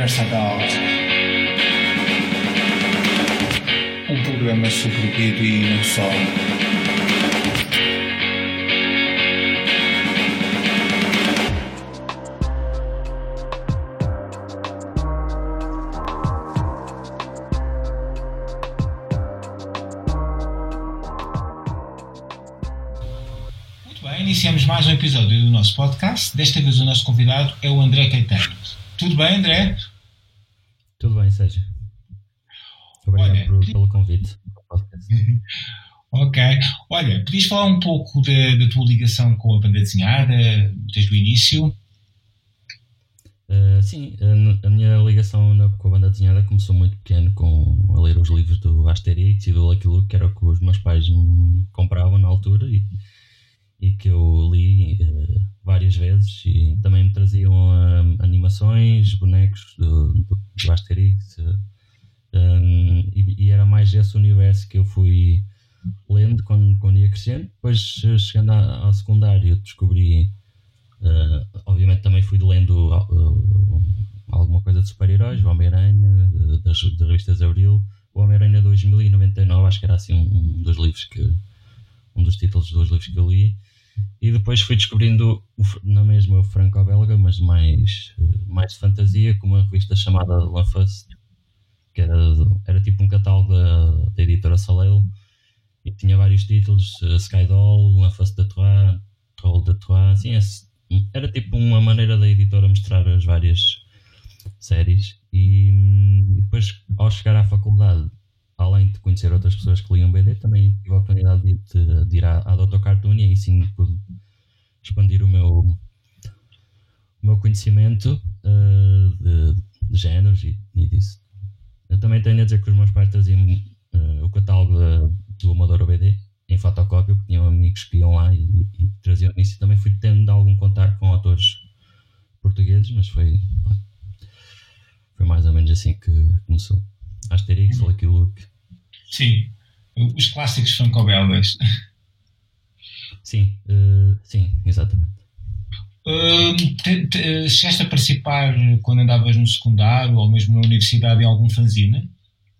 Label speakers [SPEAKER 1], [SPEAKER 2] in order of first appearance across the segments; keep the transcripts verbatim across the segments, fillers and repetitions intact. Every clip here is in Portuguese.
[SPEAKER 1] Conversa Adult, um programa sobre o B D e não só. Muito bem, iniciamos mais um episódio do nosso podcast. Desta vez o nosso convidado é o André Caetano. Tudo bem, André?
[SPEAKER 2] Tudo bem, Sérgio. Obrigado Olha, por, pelo convite.
[SPEAKER 1] Ok. Olha, podias falar um pouco da, da tua ligação com a banda desenhada, desde o início?
[SPEAKER 2] Uh, sim, a, a minha ligação na, com a banda desenhada começou muito pequeno, com a ler os livros do Asterix e do Lucky Luke, que era o que os meus pais me compravam na altura e, e que eu li uh, várias vezes, e também me traziam uh, animações, bonecos do, do, do Asterix, uh, um, e, e era mais esse universo que eu fui lendo quando, quando ia crescendo. Depois, chegando ao secundário, descobri, uh, obviamente também fui lendo uh, alguma coisa de super-heróis, o Homem-Aranha, das, das revistas Abril, o Homem-Aranha dois mil e noventa e nove, acho que era assim um, um dos livros que, um dos títulos dos livros que eu li. E depois fui descobrindo, na mesma, o franco-belga, mas mais, mais de fantasia, com uma revista chamada L'Enfance, que era, era tipo um catálogo da, da editora Soleil, e tinha vários títulos, uh, Skydoll, L'Enfance de Troyes, Troll de Troyes, assim, esse, era tipo uma maneira da editora mostrar as várias séries. E, e depois, ao chegar à faculdade, além de conhecer outras pessoas que liam B D, também tive a oportunidade de, de, de ir à, à doutor Cartoon, e aí sim pude expandir o meu, o meu conhecimento uh, de, de géneros e, e disso. Eu também tenho a dizer que os meus pais traziam uh, o catálogo de, do Amador B D em fotocópia, porque tinham amigos que iam lá e, e traziam isso, e também fui tendo algum contato com autores portugueses, mas foi, foi mais ou menos assim que começou. Asterix, Lucky Luke.
[SPEAKER 1] Sim, os clássicos franco-belgas.
[SPEAKER 2] Sim, uh, sim, exatamente.
[SPEAKER 1] Uh, te, te, chegaste a participar quando andavas no secundário ou mesmo na universidade em algum fanzine?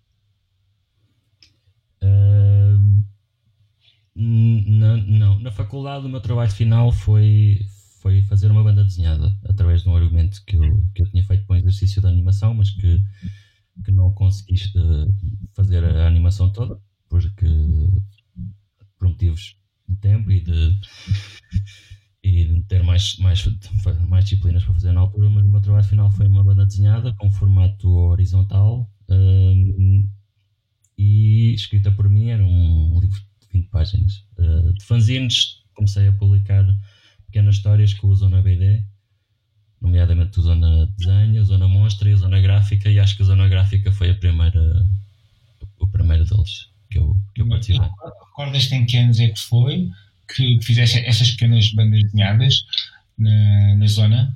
[SPEAKER 2] Uh, não, não, na faculdade o meu trabalho final foi, foi fazer uma banda desenhada através de um argumento que eu, que eu tinha feito com um exercício de animação, mas que que não conseguiste fazer a animação toda, porque por motivos de tempo e de, e de ter mais, mais, mais disciplinas para fazer na altura. Mas o meu trabalho final foi uma banda desenhada com formato horizontal, um, e escrita por mim. Era um livro de vinte páginas. Uh, de fanzines comecei a publicar pequenas histórias que usam na B D, nomeadamente o Zona Desenho, a Zona Monstra e a Zona Gráfica, e acho que a Zona Gráfica foi a primeira, o primeiro deles que eu, que eu participei.
[SPEAKER 1] Recordas-te em que anos é que foi que fizeste essas pequenas bandas desenhadas na, na Zona?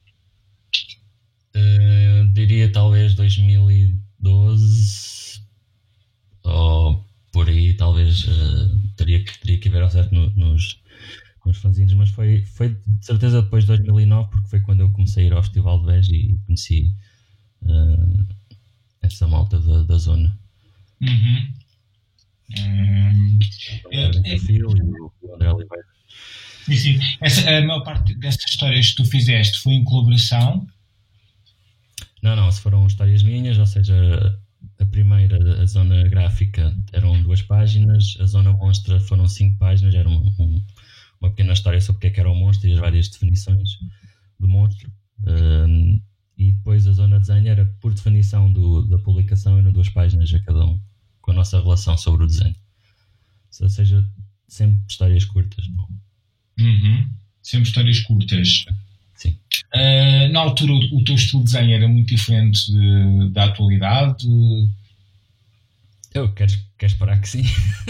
[SPEAKER 2] Uh, diria talvez dois mil e doze, ou por aí, talvez. Uh, teria, que, teria que ver ao certo no, nos... nos fanzines, mas foi, foi de certeza depois de dois mil e nove, porque foi quando eu comecei a ir ao Festival de Beja e conheci uh, essa malta da, da zona.
[SPEAKER 1] Uhum. Hum,
[SPEAKER 2] é, é, é, e o André Oliveira.
[SPEAKER 1] Sim, sim. Essa, a maior parte dessas histórias que tu fizeste foi em colaboração?
[SPEAKER 2] Não, não, se foram histórias minhas, ou seja, a primeira, a Zona Gráfica, eram duas páginas, a Zona Monstra foram cinco páginas, era um, um uma pequena história sobre o que é que era o monstro e as várias definições do monstro. Um, e depois a Zona Desenho era por definição do, da publicação, eram duas páginas a cada um, com a nossa relação sobre o desenho. Ou seja, sempre histórias curtas. Não?
[SPEAKER 1] Uhum. Sempre histórias curtas.
[SPEAKER 2] Sim.
[SPEAKER 1] Uh, na altura o, o teu estilo de desenho era muito diferente de, da atualidade?
[SPEAKER 2] Eu quero, quero esperar que sim.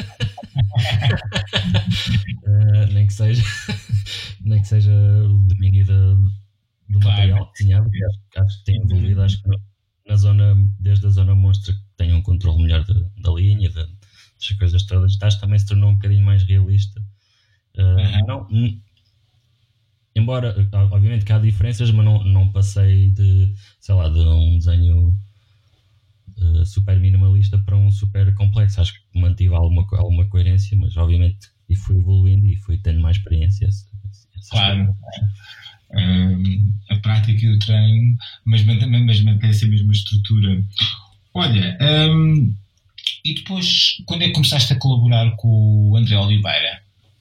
[SPEAKER 2] uh, nem que seja nem que seja o domínio da, do claro. Material desenhado, que acho, acho que tem evoluído. Acho que na zona, desde a Zona Monstra, que tem um controle melhor de, da linha, de, das coisas todas, acho que também se tornou um bocadinho mais realista. Uh, uhum. Não, embora, obviamente que há diferenças, mas não, não passei de, sei lá, de um desenho uh, super minimalista para um super complexo. Acho que mantive alguma, alguma coerência, mas obviamente e fui evoluindo e fui tendo mais experiência.
[SPEAKER 1] Claro. Um, a prática e o treino, mas mantém, mas mantém-se a mesma estrutura. Olha, um, e depois, quando é que começaste a colaborar com o André Oliveira?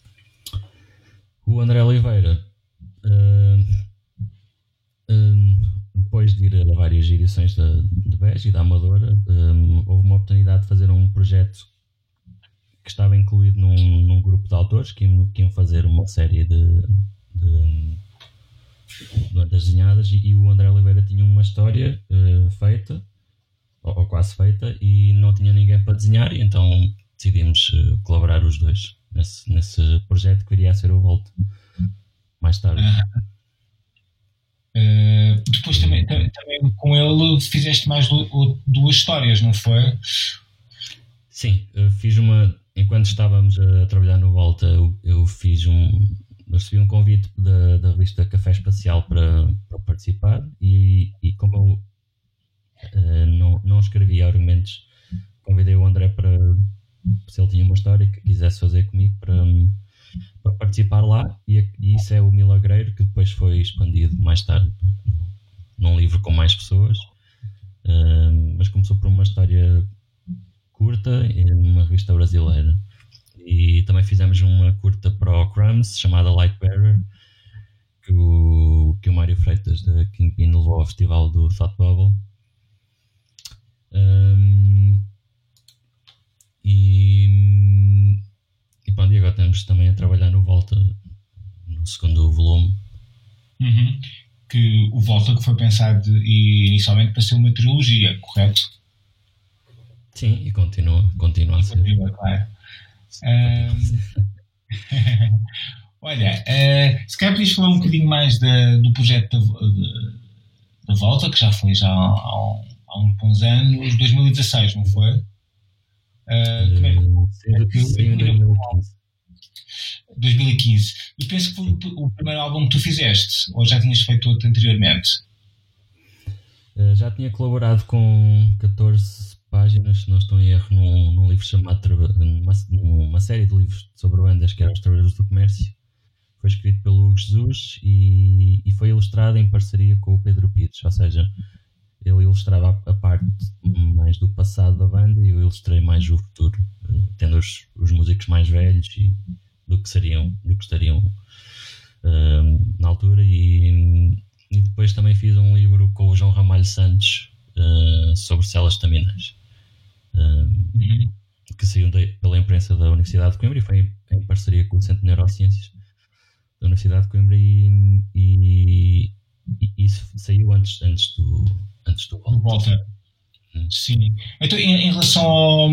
[SPEAKER 2] O André Oliveira, uh, uh, depois de ir a várias edições da, de B E S e da Amadora, um, houve uma oportunidade de fazer um projeto que estava incluído num, num grupo de autores que iam, que iam fazer uma série de, de, de bandas desenhadas, e, e o André Oliveira tinha uma história uh, feita, ou, ou quase feita, e não tinha ninguém para desenhar, e então decidimos uh, colaborar os dois nesse, nesse projeto que viria a ser o Volta mais tarde.
[SPEAKER 1] Uh, uh, depois também, também, também com ele fizeste mais duas histórias, não foi?
[SPEAKER 2] Sim, uh, fiz uma, enquanto estávamos a trabalhar no Volta, eu, eu fiz um eu recebi um convite da, da revista Café Espacial para, para participar, e, e como eu uh, não, não escrevia argumentos, convidei o André para, se ele tinha uma história que quisesse fazer comigo, para, para participar lá, e, e isso é o Milagreiro, que depois foi expandido mais tarde num livro com mais pessoas, uh, mas começou por uma história curta numa revista brasileira. E também fizemos uma curta para o Crumbs chamada Lightbearer, que o, que o Mário Freitas da Kingpin levou ao festival do Thought Bubble. Um, e, e, pronto, e agora estamos também a trabalhar no Volta, no segundo volume.
[SPEAKER 1] Uhum. Que o Volta que foi pensado de, inicialmente para ser uma trilogia, correto?
[SPEAKER 2] Sim, e continua, continua a ser.
[SPEAKER 1] Continua, claro. Um, olha, uh, se calhar podias falar um bocadinho mais da, do projeto da, da Volta, que já foi já há, há uns bons anos, dois mil e dezasseis, não foi? Uh, como é que,
[SPEAKER 2] sim, sim, dois mil e quinze.
[SPEAKER 1] dois mil e quinze. Eu penso que foi o primeiro álbum que tu fizeste, ou já tinhas feito outro anteriormente?
[SPEAKER 2] Uh, já tinha colaborado com catorze páginas, se não estou em erro, num, num livro chamado, numa, numa série de livros sobre bandas, que era Os Trabalhadores do Comércio. Foi escrito pelo Hugo Jesus e, e foi ilustrado em parceria com o Pedro Pires, ou seja, ele ilustrava a, a parte mais do passado da banda e eu ilustrei mais o futuro, tendo os, os músicos mais velhos e do que seriam, do que estariam uh, na altura, e, e depois também fiz um livro com o João Ramalho Santos uh, sobre células estaminais. Uh, uhum. Que saiu de, pela imprensa da Universidade de Coimbra e foi em, em parceria com o Centro de Neurociências da Universidade de Coimbra, e, e, e isso saiu antes, antes do antes do Volta.
[SPEAKER 1] Volta. Hum. Sim. Então, em, em relação ao,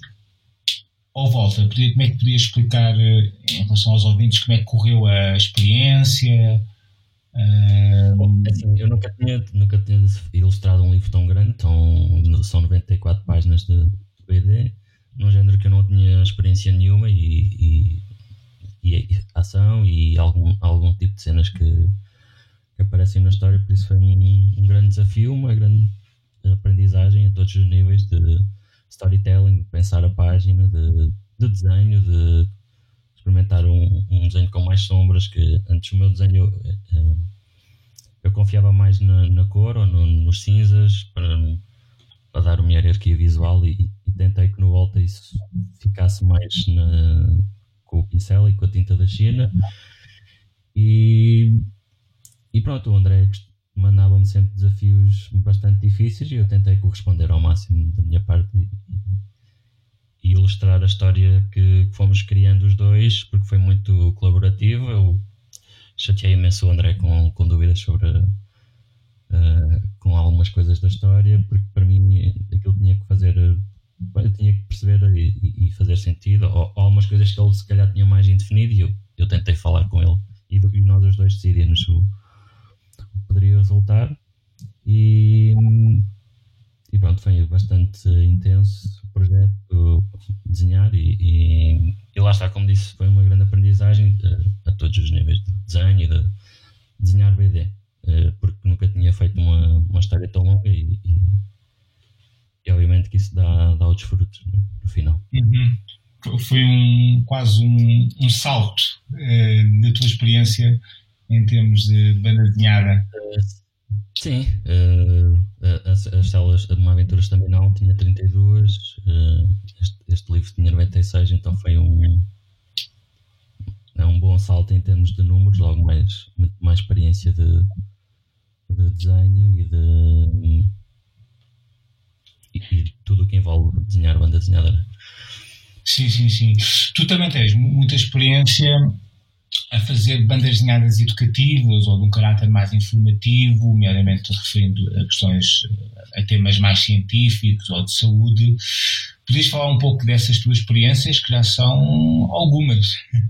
[SPEAKER 1] ao Volta, podia, como é que podias explicar em relação aos ouvintes como é que correu a experiência? Uh...
[SPEAKER 2] Bom, assim, eu nunca tinha, nunca tinha ilustrado um livro tão grande, tão, são noventa e quatro páginas de, de B D, num género que eu não tinha experiência nenhuma, e, e, e ação e algum, algum tipo de cenas que, que aparecem na história, por isso foi um, um grande desafio, uma grande aprendizagem a todos os níveis de storytelling, de pensar a página, de, de desenho, de experimentar um, um desenho com mais sombras, que antes o meu desenho eu, eu confiava mais na, na cor ou no, nos cinzas para, para dar uma hierarquia visual, e, e tentei que no Volta isso ficasse mais na, com o pincel e com a tinta da China, e, e pronto, o André mandava-me sempre desafios bastante difíceis e eu tentei corresponder ao máximo da minha parte e, e ilustrar a história que fomos criando os dois, porque foi muito colaborativo. Eu chateei imenso o André com, com dúvidas sobre uh, com algumas coisas da história, porque para mim aquilo tinha que fazer, eu tinha que perceber e, e fazer sentido, ou, ou algumas coisas que ele se calhar tinha mais indefinido, e eu, eu tentei falar com ele e, e nós os dois decidimos o que poderia resultar, e E pronto, foi bastante intenso o projeto, desenhar, e, e, e lá está, como disse, foi uma grande aprendizagem a, a todos os níveis de desenho e de, história tão longa e, e, e obviamente que isso dá, dá outros frutos, né, no final.
[SPEAKER 1] Uhum. Foi um, quase um, um salto uh, da tua experiência em termos de banda desenhada.
[SPEAKER 2] Uh, sim, uh, as, as células de uma aventura estaminal tinha trinta e duas, uh, este, este livro tinha noventa e seis, então foi um, é um bom salto em termos de números, logo mais, muito mais experiência de, de desenho e de e, e tudo o que envolve desenhar banda desenhada, né?
[SPEAKER 1] Sim, sim, sim. Tu também tens muita experiência a fazer bandas desenhadas educativas ou de um caráter mais informativo, meramente referindo a questões, a temas mais científicos ou de saúde. Podias falar um pouco dessas tuas experiências, que já são algumas?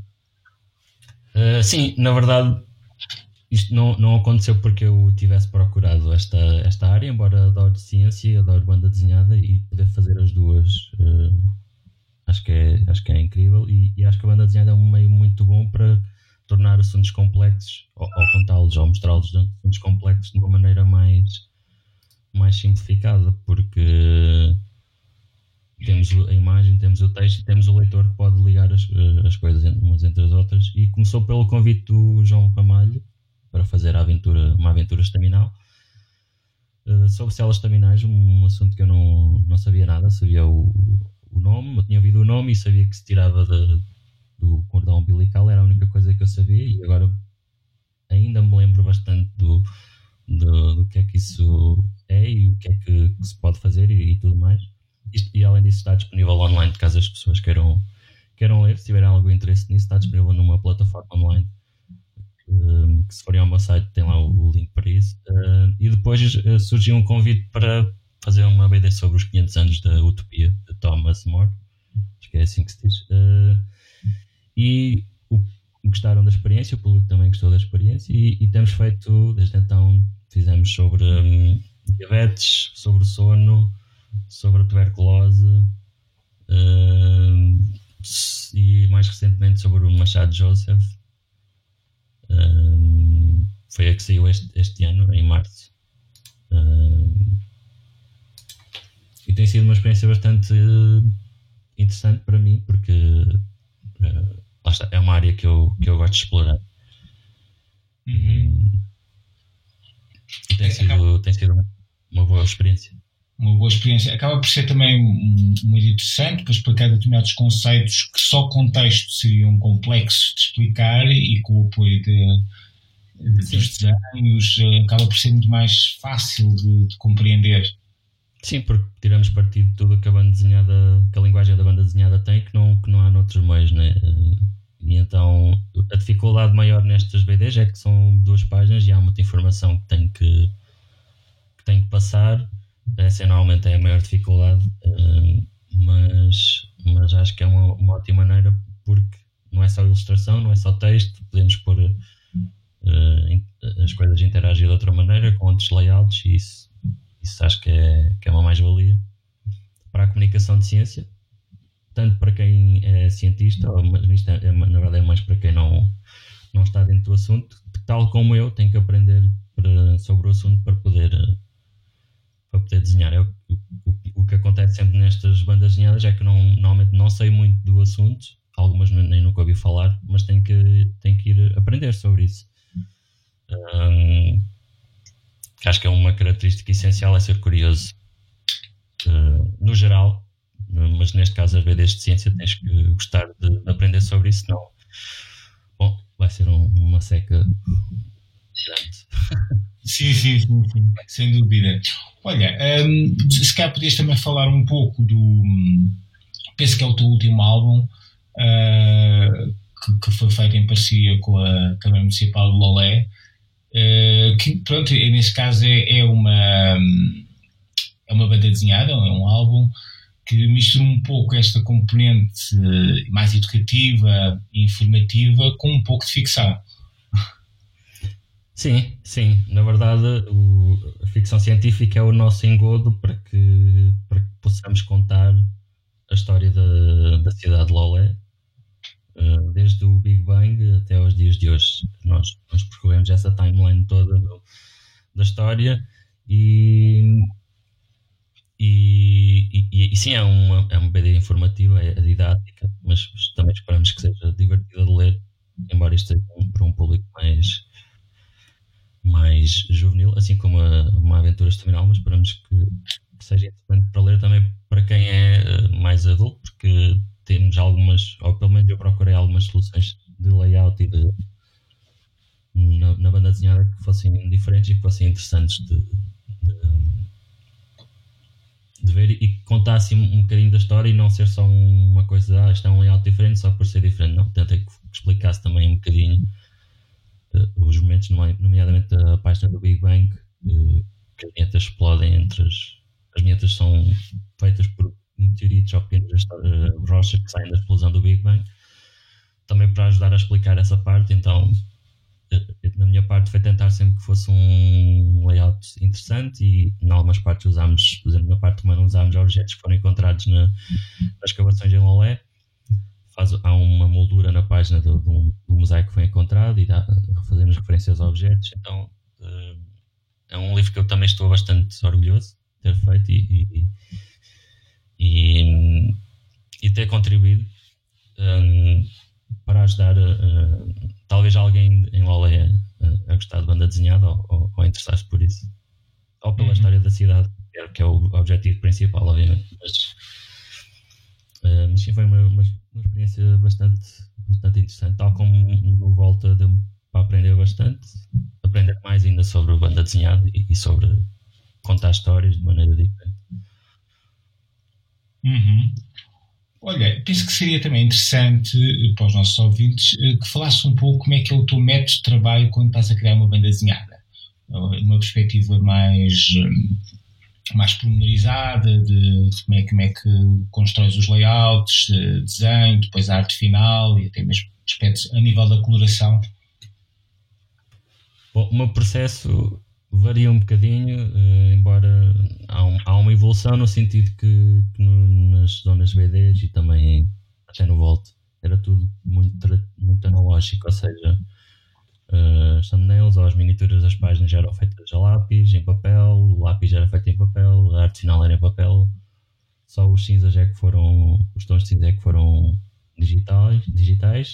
[SPEAKER 2] Uh, sim, na verdade isto não, não aconteceu porque eu tivesse procurado esta, esta área, embora adoro ciência, adoro banda desenhada e poder fazer as duas uh, acho, que é, acho que é incrível e, e acho que a banda desenhada é um meio muito bom para tornar assuntos complexos ou, ou contá-los ou mostrá-los assuntos complexos de uma maneira mais, mais simplificada, porque temos a imagem, temos o texto e temos o leitor que pode ligar as, as coisas umas entre as outras. E começou pelo convite do João Ramalho para fazer a aventura, uma aventura estaminal uh, sobre células estaminais, um assunto que eu não, não sabia nada. Sabia o, o nome, eu tinha ouvido o nome e sabia que se tirava de, do cordão umbilical, era a única coisa que eu sabia, e agora ainda me lembro bastante do, do, do que é que isso é e o que é que, que se pode fazer e, e tudo mais. Isto, e além disso está disponível online, caso as pessoas queiram, queiram ler, se tiverem algum interesse nisso, está disponível numa plataforma online, uh, que se forem ao meu site tem lá o, o link para isso. Uh, e depois uh, surgiu um convite para fazer uma B D sobre os quinhentos anos da Utopia, de Thomas More, acho que é assim que se diz. Uh, e o, gostaram da experiência, o público também gostou da experiência, e, e temos feito, desde então, fizemos sobre um, diabetes, sobre o sono, sobre a tuberculose uh, e mais recentemente sobre o Machado Joseph. Uh, foi a que saiu este, este ano, em março. Uh, e tem sido uma experiência bastante interessante para mim, porque uh, lá está, é uma área que eu, que eu gosto de explorar.
[SPEAKER 1] Uhum.
[SPEAKER 2] E tem sido, tem sido uma boa experiência.
[SPEAKER 1] Uma boa experiência. Acaba por ser também muito interessante para explicar determinados conceitos que só com texto seriam complexos de explicar, e com o apoio de, de, dos desenhos acaba por ser muito mais fácil de, de compreender.
[SPEAKER 2] Sim, porque tiramos partido de tudo que a banda desenhada, que a linguagem da banda desenhada tem, que não, que não há noutros meios, né? E então a dificuldade maior nestas B Ds é que são duas páginas e há muita informação que tem que, que, tem que passar. Essa normalmente é a maior dificuldade, mas, mas acho que é uma, uma ótima maneira, porque não é só ilustração, não é só texto, podemos pôr uh, as coisas a interagir de outra maneira, com outros layouts, e isso, isso acho que é, que é uma mais-valia para a comunicação de ciência, tanto para quem é cientista, mas isto é, é, na verdade é mais para quem não, não está dentro do assunto, que, tal como eu, tem que aprender para, sobre o assunto para poder... para poder desenhar. É o, o, o que acontece sempre nestas bandas desenhadas é que não, normalmente não sei muito do assunto, algumas nem nunca ouvi falar, mas tenho que, tenho que ir aprender sobre isso. Um, acho que é uma característica essencial, é ser curioso uh, no geral, mas neste caso as B Ds de ciência tens que gostar de, de aprender sobre isso, senão bom, vai ser um, uma seca grande.
[SPEAKER 1] Sim, sim, sim, sim, sem dúvida. Olha, um, se calhar podias também falar um pouco do, penso que é o teu último álbum, uh, que, que foi feito em parceria com a Câmara Municipal de Lolé, uh, que pronto, nesse caso é, é uma é uma banda desenhada, é um álbum que mistura um pouco esta componente mais educativa e informativa com um pouco de ficção.
[SPEAKER 2] Sim, sim. Na verdade, o, a ficção científica é o nosso engodo para que, para que possamos contar a história da, da cidade de Lolé, uh, desde o Big Bang até aos dias de hoje. Nós, nós percorremos essa timeline toda do, da história E, e, e, e sim, é uma, é uma B D informativa, é didática, mas também esperamos que seja divertida de ler, embora isto seja para um público mais, mais juvenil, assim como a, uma aventura estaminal, mas esperamos que, que seja interessante para ler também para quem é mais adulto, porque temos algumas, ou pelo menos eu procurei algumas soluções de layout e de na, na banda desenhada que fossem diferentes e que fossem interessantes de, de, de ver e que contassem um bocadinho da história e não ser só uma coisa, ah, isto é um layout diferente só por ser diferente. Não, tentei que explicasse também um bocadinho uh, os momentos, nomeadamente a página do Big Bang, uh, que as vinhetas explodem entre as... As vinhetas são feitas por meteoritos ou pequenas uh, rochas que saem da explosão do Big Bang. Também para ajudar a explicar essa parte, então na minha parte foi tentar sempre que fosse um layout interessante e em algumas partes usámos, por exemplo, na parte humana usámos objetos que foram encontrados na, nas escavações em Lolé. Faz, há uma moldura na página do, do, do mosaico que foi encontrado e dá, fazemos referências a objetos, então uh, é um livro que eu também estou bastante orgulhoso de ter feito e, e, e, e ter contribuído um, para ajudar uh, talvez alguém em Lolé a, a gostar de banda desenhada ou, ou, ou interessar-se por isso, ou pela uhum. história da cidade, que é o objetivo principal, obviamente, mas, uh, mas sim, foi uma, uma, uma experiência bastante, bastante interessante, tal como no Volta deu para aprender bastante, aprender mais ainda sobre banda desenhada e, e sobre contar histórias de maneira diferente.
[SPEAKER 1] Uhum. Olha, penso que seria também interessante para os nossos ouvintes que falasse um pouco como é que é o teu método de trabalho quando estás a criar uma banda desenhada. Uma perspectiva mais, mais pormenorizada de, de como, é, como é que constróis os layouts, de desenho, depois a arte final e até mesmo aspectos a nível da coloração.
[SPEAKER 2] Bom, o meu processo varia um bocadinho, uh, embora há, um, há uma evolução no sentido que, que no, nas zonas B Ds e também até no Volt era tudo muito, muito analógico, ou seja, uh, as thumbnails ou as miniaturas das páginas já eram feitas a lápis, em papel, o lápis era feito em papel, a arte final era em papel, só os cinzas é que foram, os tons de cinza é que foram digitais, digitais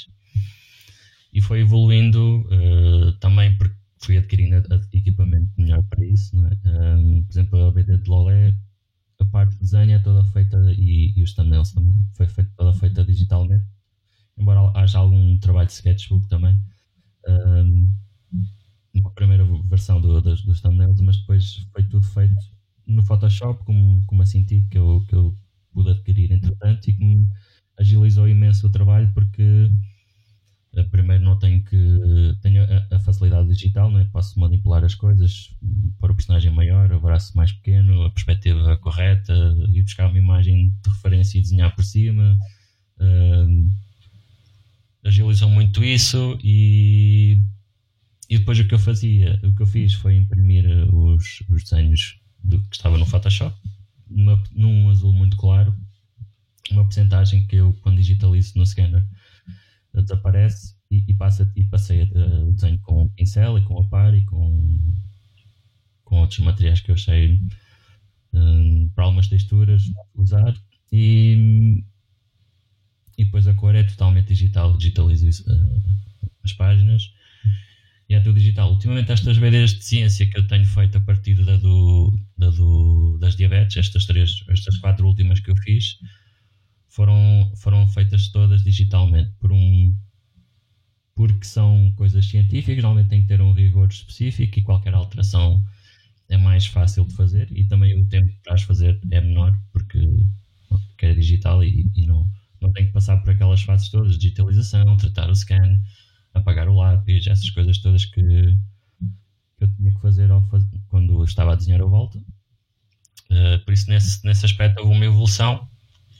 [SPEAKER 2] e foi evoluindo uh, também porque fui adquirindo equipamento melhor para isso, não é? Um, por exemplo, a B D de Lolé, a parte de desenho é toda feita e, e os thumbnails também foi feita, toda feita digitalmente, embora haja algum trabalho de sketchbook também, um, uma primeira versão do, dos, dos thumbnails, mas depois foi tudo feito no Photoshop com, com uma Cintiq que eu, que eu pude adquirir entretanto e que me agilizou imenso o trabalho porque primeiro não tenho que tenho a, a facilidade digital, não é? Posso manipular as coisas para o personagem maior, o braço mais pequeno, a perspectiva correta, ir buscar uma imagem de referência e desenhar por cima. Uh, agilizou muito isso e, e depois o que eu fazia, o que eu fiz foi imprimir os, os desenhos do, que estava no Photoshop numa, num azul muito claro, uma porcentagem que eu quando digitalizo no scanner desaparece e, e, passa, e passei uh, o desenho com o pincel e com a par e com, com outros materiais que eu achei um, para algumas texturas usar e, e depois a cor é totalmente digital, digitalizo uh, as páginas e é tudo digital. Ultimamente estas B Ds de ciência que eu tenho feito a partir da do, da do, das diabetes, estas, três, estas quatro últimas que eu fiz Foram, foram feitas todas digitalmente por um, porque são coisas científicas, normalmente tem que ter um rigor específico e qualquer alteração é mais fácil de fazer e também o tempo para as fazer é menor porque, porque é digital e, e não, não tem que passar por aquelas fases todas de digitalização, tratar o scan, apagar o lápis, essas coisas todas que, que eu tinha que fazer ao faz... quando estava a desenhar a volta. Uh, por isso nesse, nesse aspecto houve uma evolução,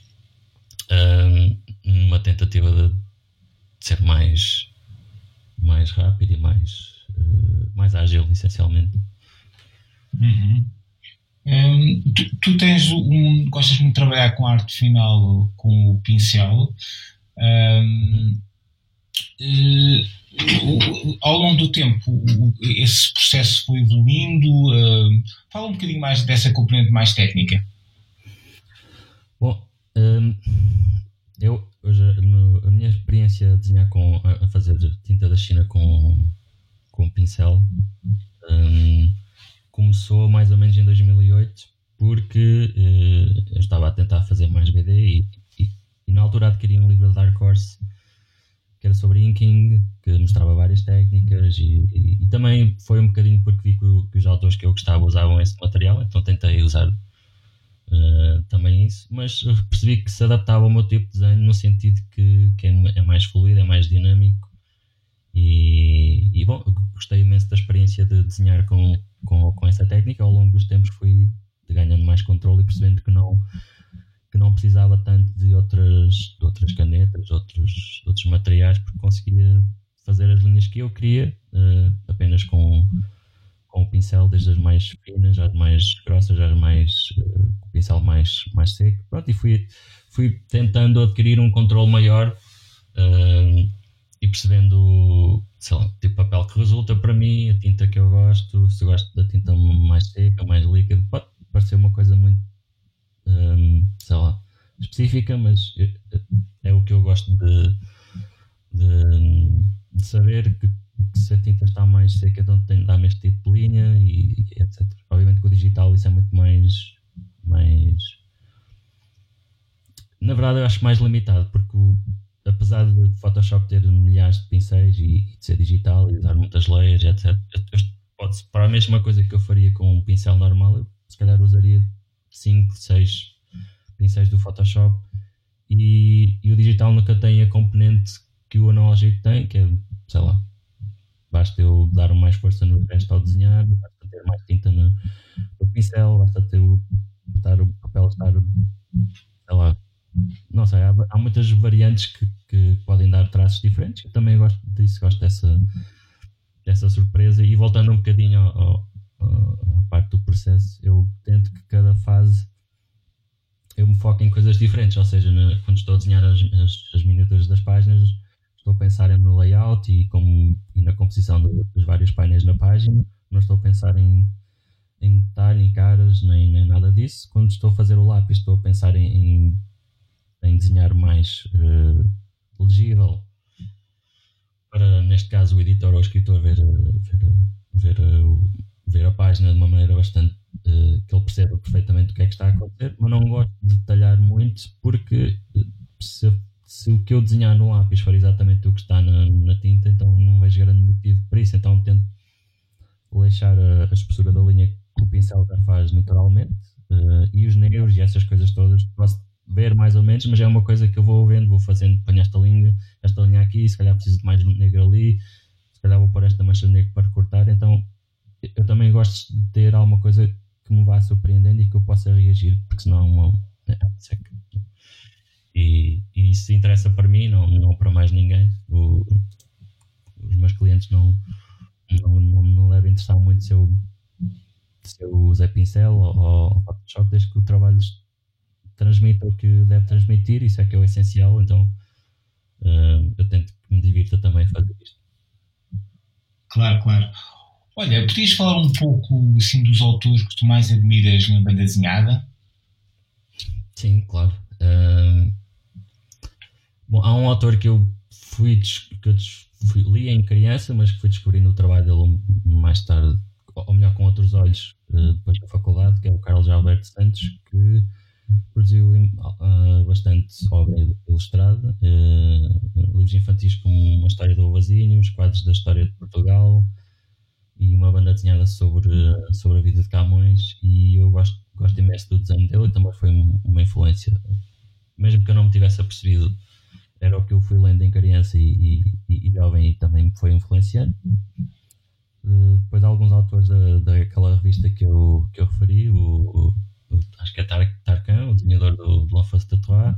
[SPEAKER 2] uma tentativa de ser mais, mais rápido e mais, uh, mais ágil, essencialmente.
[SPEAKER 1] Uhum. Um, tu, tu tens um, gostas muito de trabalhar com a arte final com o pincel. Um, Uh, ao longo do tempo, esse processo foi evoluindo. Uh, fala um bocadinho mais dessa componente mais técnica.
[SPEAKER 2] Bom, um, eu hoje, no, a minha experiência a desenhar com, a fazer tinta da China com, com um pincel um, começou mais ou menos em dois mil e oito, porque uh, eu estava a tentar fazer mais B D e, e, e na altura adquiri um livro da Dark Horse que era sobre inking, que mostrava várias técnicas e, e, e também foi um bocadinho porque vi que, que os autores que eu gostava usavam esse material, então tentei usar uh, também isso, mas percebi que se adaptava ao meu tipo de desenho no sentido que, que é, é mais fluido, é mais dinâmico e, e bom, gostei imenso da experiência de desenhar com, com, com essa técnica. Ao longo dos tempos fui ganhando mais controle e percebendo que não que não precisava tanto de outras, de outras canetas, outros, outros materiais, porque conseguia fazer as linhas que eu queria uh, apenas com, com o pincel, desde as mais finas às mais grossas, às mais uh, com o pincel mais, mais seco. Pronto, e fui, fui tentando adquirir um controle maior uh, e percebendo, sei lá, o tipo de papel que resulta para mim, a tinta que eu gosto, se eu gosto da tinta mais seca, mais líquida. Pode parecer uma coisa muito Um, sei lá, específica, mas é, é o que eu gosto de, de, de saber que, que se a tinta está mais seca, então tem, dá-me este tipo de linha e, e etcétera. Obviamente que o digital isso é muito mais, mais na verdade eu acho mais limitado, porque o, apesar de Photoshop ter milhares de pincéis e, e de ser digital e usar muitas layers, etcétera, pode-se, para a mesma coisa que eu faria com um pincel normal, eu se calhar usaria cinco, seis pincéis do Photoshop e, e o digital nunca tem a componente que o analógico tem, que é, sei lá, basta eu dar mais força no gesto ao desenhar, basta ter mais tinta no, no pincel, basta ter o, botar o papel estar, sei lá, não sei, há, há muitas variantes que, que podem dar traços diferentes. Eu também gosto disso, gosto dessa, dessa surpresa. E voltando um bocadinho ao, ao a parte do processo, eu tento que cada fase eu me foco em coisas diferentes, ou seja, na, quando estou a desenhar as, as, as miniaturas das páginas, estou a pensar no layout e, como, e na composição do, dos vários painéis na página, não estou a pensar em, em detalhe, em caras, nem, nem nada disso. Quando estou a fazer o lápis, estou a pensar em, em, em desenhar mais uh, legível para, neste caso, o editor ou o escritor ver, ver, ver o ver a página de uma maneira bastante uh, que ele perceba perfeitamente o que é que está a acontecer, mas não gosto de detalhar muito porque se, se o que eu desenhar no lápis for exatamente o que está na, na tinta, então não vejo grande motivo para isso, então tento deixar a, a espessura da linha que o pincel já faz naturalmente uh, e os negros e essas coisas todas posso ver mais ou menos, mas é uma coisa que eu vou vendo, vou fazendo, ponho esta linha, esta linha aqui, se calhar preciso de mais negro ali, se calhar vou pôr esta mancha de negro para recortar, então eu também gosto de ter alguma coisa que me vá surpreendendo e que eu possa reagir, porque senão uma, é, seca. E, e isso interessa para mim, não, não para mais ninguém. O, os meus clientes não, não, não, não devem interessar muito se eu, se eu usei pincel ou, ou Photoshop, desde que o trabalho transmita o que deve transmitir, isso é que é o essencial, então uh, eu tento que me divirta também fazer isto.
[SPEAKER 1] Claro, claro. Olha, podias falar um pouco assim, dos autores que tu mais admiras na banda desenhada?
[SPEAKER 2] Sim, claro. Uh, bom, há um autor que eu fui, que eu fui li em criança, mas que fui descobrindo o trabalho dele mais tarde, ou melhor, com outros olhos, uh, depois da faculdade, que é o Carlos Alberto Santos, que produziu uh, bastante obra ilustrada, uh, livros infantis como Uma História do Ovazinho, os quadros da história de Portugal, e uma banda desenhada sobre, sobre a vida de Camões, e eu gosto, gosto imenso do desenho dele e também foi uma influência, mesmo que eu não me tivesse apercebido, era o que eu fui lendo em criança e, e, e jovem e também me foi influenciando. Uh, depois há alguns autores da, daquela revista que eu, que eu referi, o, o, acho que é Tar, Tarkan, o desenhador do, do L'Enfance de Troyes,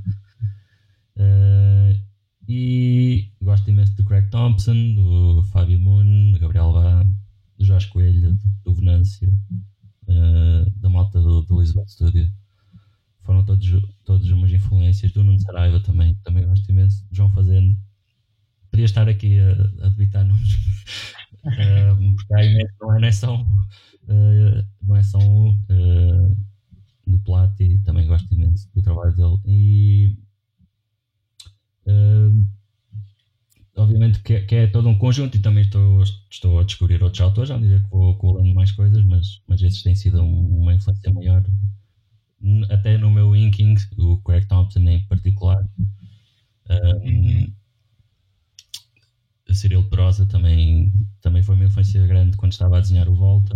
[SPEAKER 2] uh, e gosto imenso do Craig Thompson, do Fábio Moon, do Gabriel Vá, do Jorge Coelho, do Venância, uh, da malta do, do Lisbon Studio. Foram todos, todos umas influências, do Nuno Saraiva também, também gosto imenso, do João Fazendo. podia estar aqui a, a debitar nomes, uh, porque a Inês não é, não é só, uh, não é só uh, do Plati, também gosto imenso do trabalho dele. E uh, obviamente que, que é todo um conjunto, e também estou, estou a descobrir outros autores à medida que vou, que vou lendo mais coisas, mas, mas esses têm sido um, uma influência maior, até no meu inking, o Craig Thompson em particular. Um, a Cyril Perosa também, também foi uma influência grande quando estava a desenhar o Volta.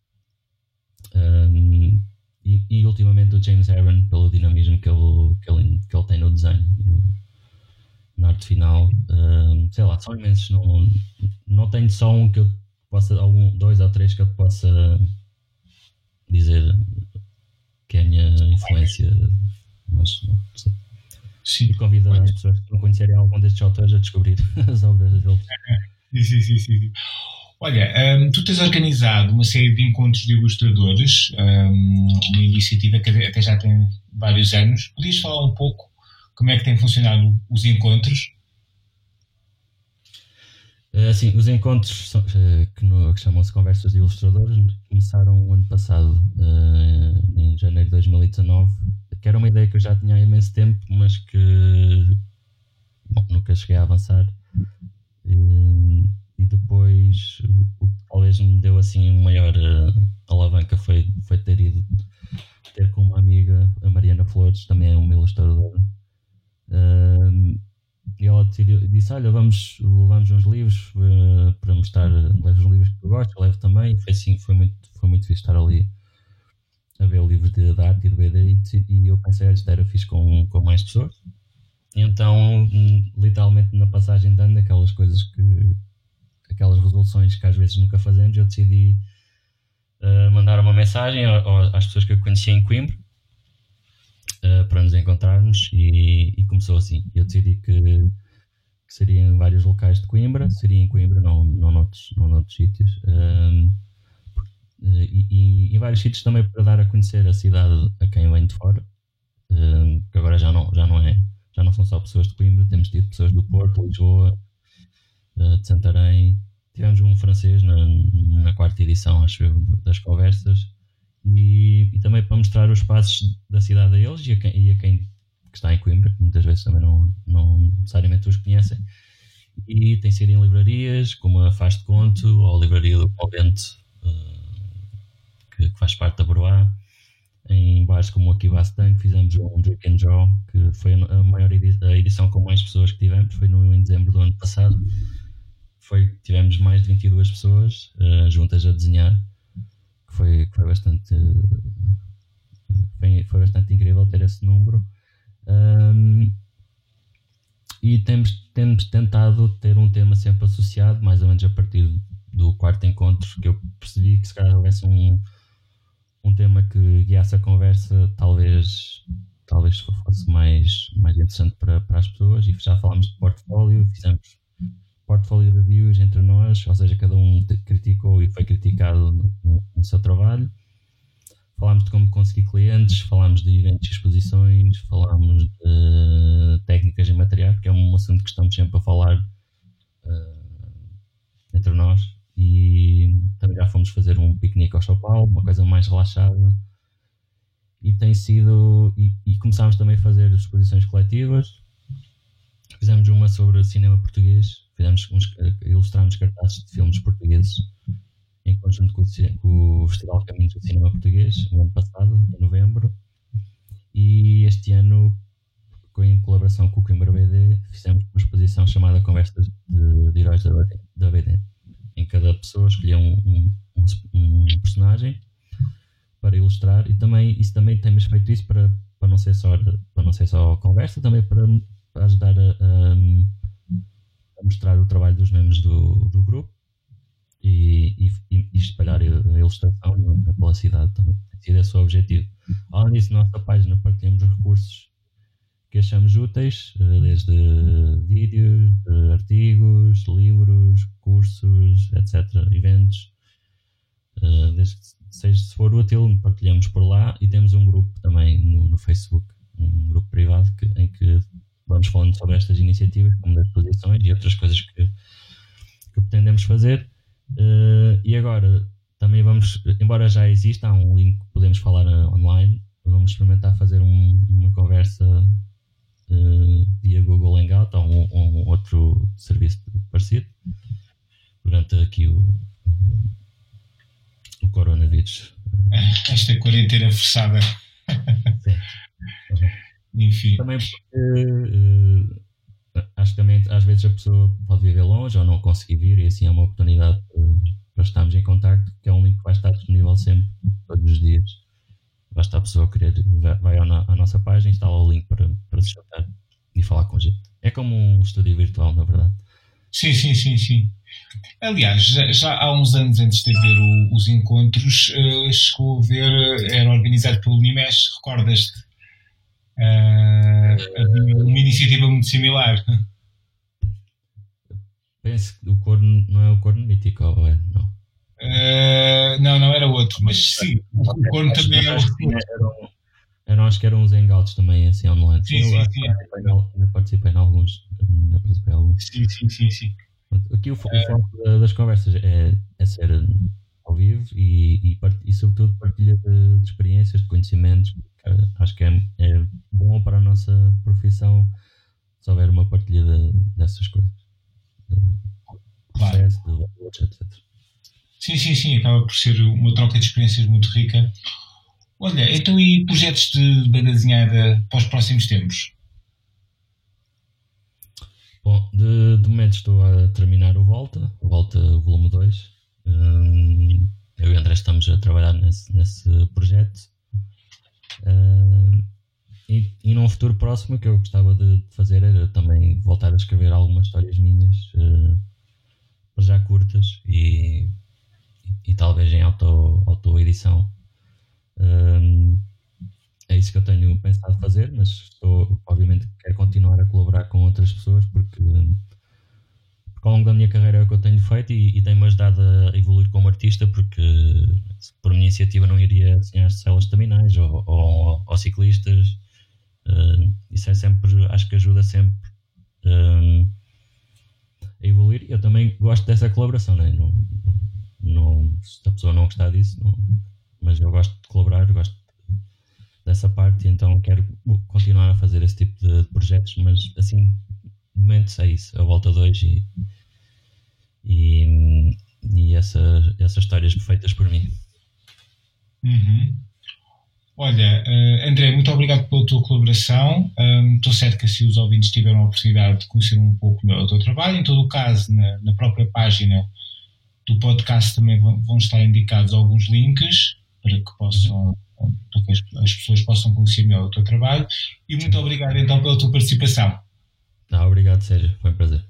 [SPEAKER 2] Um, e, e ultimamente o James Aaron, pelo dinamismo que ele, que ele, que ele tem no desenho, no, na arte final. Um, sei lá, são imensos. Não, não tenho só um que eu possa, algum, dois ou três que eu possa dizer que é a minha influência, mas não sei. Sim. E convido as pessoas que não conhecerem algum destes autores a descobrir as obras deles.
[SPEAKER 1] Sim, sim, sim, sim. Olha, um, tu tens organizado uma série de encontros de ilustradores, um, uma iniciativa que até já tem vários anos. Podias falar um pouco como é que têm funcionado os encontros?
[SPEAKER 2] Uh, sim, os encontros são, uh, que, no, que chamam-se Conversas de Ilustradores começaram o ano passado, uh, em janeiro de dois mil e dezanove, que era uma ideia que eu já tinha há imenso tempo, mas que bom, nunca cheguei a avançar. Uh, e depois o que talvez me deu assim uma maior uh, alavanca foi, foi ter ido ter com uma amiga, a Mariana Flores, também é uma ilustradora. Uh, e ela decidiu, disse, olha, vamos, levamos uns livros uh, para mostrar, levo os livros que tu gostas, eu levo também. E foi assim, foi muito, foi muito fixe estar ali a ver livros de, de arte e de B D, e, e eu pensei, isto era fixe com, com mais pessoas. E então, literalmente na passagem de ano, aquelas coisas que, aquelas resoluções que às vezes nunca fazemos, eu decidi uh, mandar uma mensagem às pessoas que eu conhecia em Coimbra, Uh, para nos encontrarmos, e, e começou assim. Eu decidi que, que seria em vários locais de Coimbra, seria em Coimbra, não, não, noutros, não noutros sítios, um, e, e em vários sítios também para dar a conhecer a cidade a quem vem de fora, um, que agora já não, já não é, já não são só pessoas de Coimbra, temos tido pessoas do Porto, Lisboa, uh, de Santarém. Tivemos um francês na, na quarta edição, acho eu, das conversas. E, e também para mostrar os espaços da cidade a eles e a quem, e a quem que está em Coimbra, que muitas vezes também não, não necessariamente os conhecem. E tem sido em livrarias, como a Faz de Conto, ou a livraria do Convento, uh, que, que faz parte da Broá. Em bares como aqui Bastante, fizemos um Drink and Draw, que foi a maior edição, a edição com mais pessoas que tivemos, foi no, em dezembro do ano passado. Foi, tivemos mais de vinte e duas pessoas uh, juntas a desenhar. Foi, foi, bastante, foi, foi bastante incrível ter esse número. Um, e temos, temos tentado ter um tema sempre associado, mais ou menos a partir do quarto encontro, que eu percebi que se calhar houvesse um, um tema que guiasse a conversa, talvez, talvez fosse mais, mais interessante para, para as pessoas. E já falámos de portfólio, fizemos portfólio reviews entre nós, ou seja, cada um criticou e foi criticado no, no, no seu trabalho. Falámos de como conseguir clientes, falámos de eventos e exposições, falámos de técnicas e materiais, que é um assunto que estamos sempre a falar uh, entre nós. E também já fomos fazer um piquenique ao São Paulo, uma coisa mais relaxada. E tem sido... E, e começámos também a fazer exposições coletivas. Fizemos uma sobre cinema português. Fizemos uns, ilustramos cartazes de filmes portugueses em conjunto com o, com o Festival Caminhos do Cinema Português, no ano passado, em novembro. E este ano, em colaboração com o Coimbra B D, fizemos uma exposição chamada Conversas de, de Heróis da B D, em cada pessoa escolheu um, um, um, um personagem para ilustrar. E também, isso também temos feito isso para, para, não ser só, para não ser só conversa, também para, para ajudar a, a a mostrar o trabalho dos membros do, do grupo e, e, e espalhar a ilustração pela cidade também. Tem sido esse o objetivo. Além disso, na nossa página partilhamos recursos que achamos úteis, desde vídeos, artigos, livros, cursos, etcétera, eventos. Desde que seja, se for útil, partilhamos por lá, e temos um grupo também no, no Facebook, um grupo privado que, em que vamos falando sobre estas iniciativas, como das exposições e outras coisas que, que pretendemos fazer. Uh, e agora também vamos, embora já exista, há um link que podemos falar uh, online, vamos experimentar fazer um, uma conversa uh, via Google Hangout ou um, um outro serviço parecido durante aqui o, o coronavírus.
[SPEAKER 1] Esta quarentena forçada.
[SPEAKER 2] Sim.
[SPEAKER 1] Enfim.
[SPEAKER 2] Também porque uh, acho que também às vezes a pessoa pode viver longe ou não conseguir vir, e assim é uma oportunidade uh, para estarmos em contacto, que é um link que vai estar disponível sempre, todos os dias. Basta a pessoa querer, vai à nossa página, instala o link para, para se juntar e falar com a gente. É como um estúdio virtual, na verdade.
[SPEAKER 1] Sim, sim, sim, sim. Aliás, já, já há uns anos antes de haver o, os encontros, uh, chegou a ver, era organizado pelo Unimesh, recordas-te? Uh, havia uma iniciativa muito similar.
[SPEAKER 2] Penso que o corno não é o corno mítico, ou é? Não.
[SPEAKER 1] Uh, não, não era outro, mas sim, o corno também era outro.
[SPEAKER 2] Eram, eram, acho que eram uns hangouts também, assim, online.
[SPEAKER 1] Sim, sim, sim.
[SPEAKER 2] Eu participei em alguns. Eu participei em alguns.
[SPEAKER 1] Sim, sim, sim, sim.
[SPEAKER 2] Aqui o, o foco das conversas é, é ser ao vivo e, e, e sobretudo partilha de, de experiências, de conhecimentos. Acho que é, é bom para a nossa profissão se houver uma partilha de, dessas coisas, de processo, claro. De valores, etcétera.
[SPEAKER 1] Sim, sim, sim, acaba por ser uma troca de experiências muito rica. Olha, então e projetos de banda desenhada para os próximos tempos?
[SPEAKER 2] Bom, de, de momento estou a terminar o Volta, o Volta volume dois. Um, eu e o André estamos a trabalhar nesse, nesse projeto. Uh, e, e num futuro próximo, o que eu gostava de fazer era também voltar a escrever algumas histórias minhas, uh, já curtas e, e, e talvez em auto, auto-edição. Um, é isso que eu tenho pensado fazer, mas estou, obviamente quero continuar a colaborar com outras pessoas porque, porque ao longo da minha carreira é o que eu tenho feito e, e tem-me ajudado a evoluir como artista, porque por minha iniciativa não iria desenhar células estaminais ou, ou, ou ciclistas. Uh, isso é sempre, acho que ajuda sempre um, a evoluir. Eu também gosto dessa colaboração, né? não, não, se a pessoa não gostar disso, não, mas eu gosto de colaborar, eu gosto dessa parte, então quero continuar a fazer esse tipo de projetos, mas assim, de momento é isso, a Volta dois e, e, e essa, essas histórias feitas por mim.
[SPEAKER 1] Uhum. Olha, uh, André, muito obrigado pela tua colaboração. Um, estou certo que assim os ouvintes tiveram a oportunidade de conhecer um pouco melhor o teu trabalho. Em todo o caso, na, na própria página do podcast também vão, vão estar indicados alguns links para que possam para que as, as pessoas possam conhecer melhor o teu trabalho. E muito obrigado então pela tua participação.
[SPEAKER 2] Ah, obrigado, Sérgio, foi um prazer.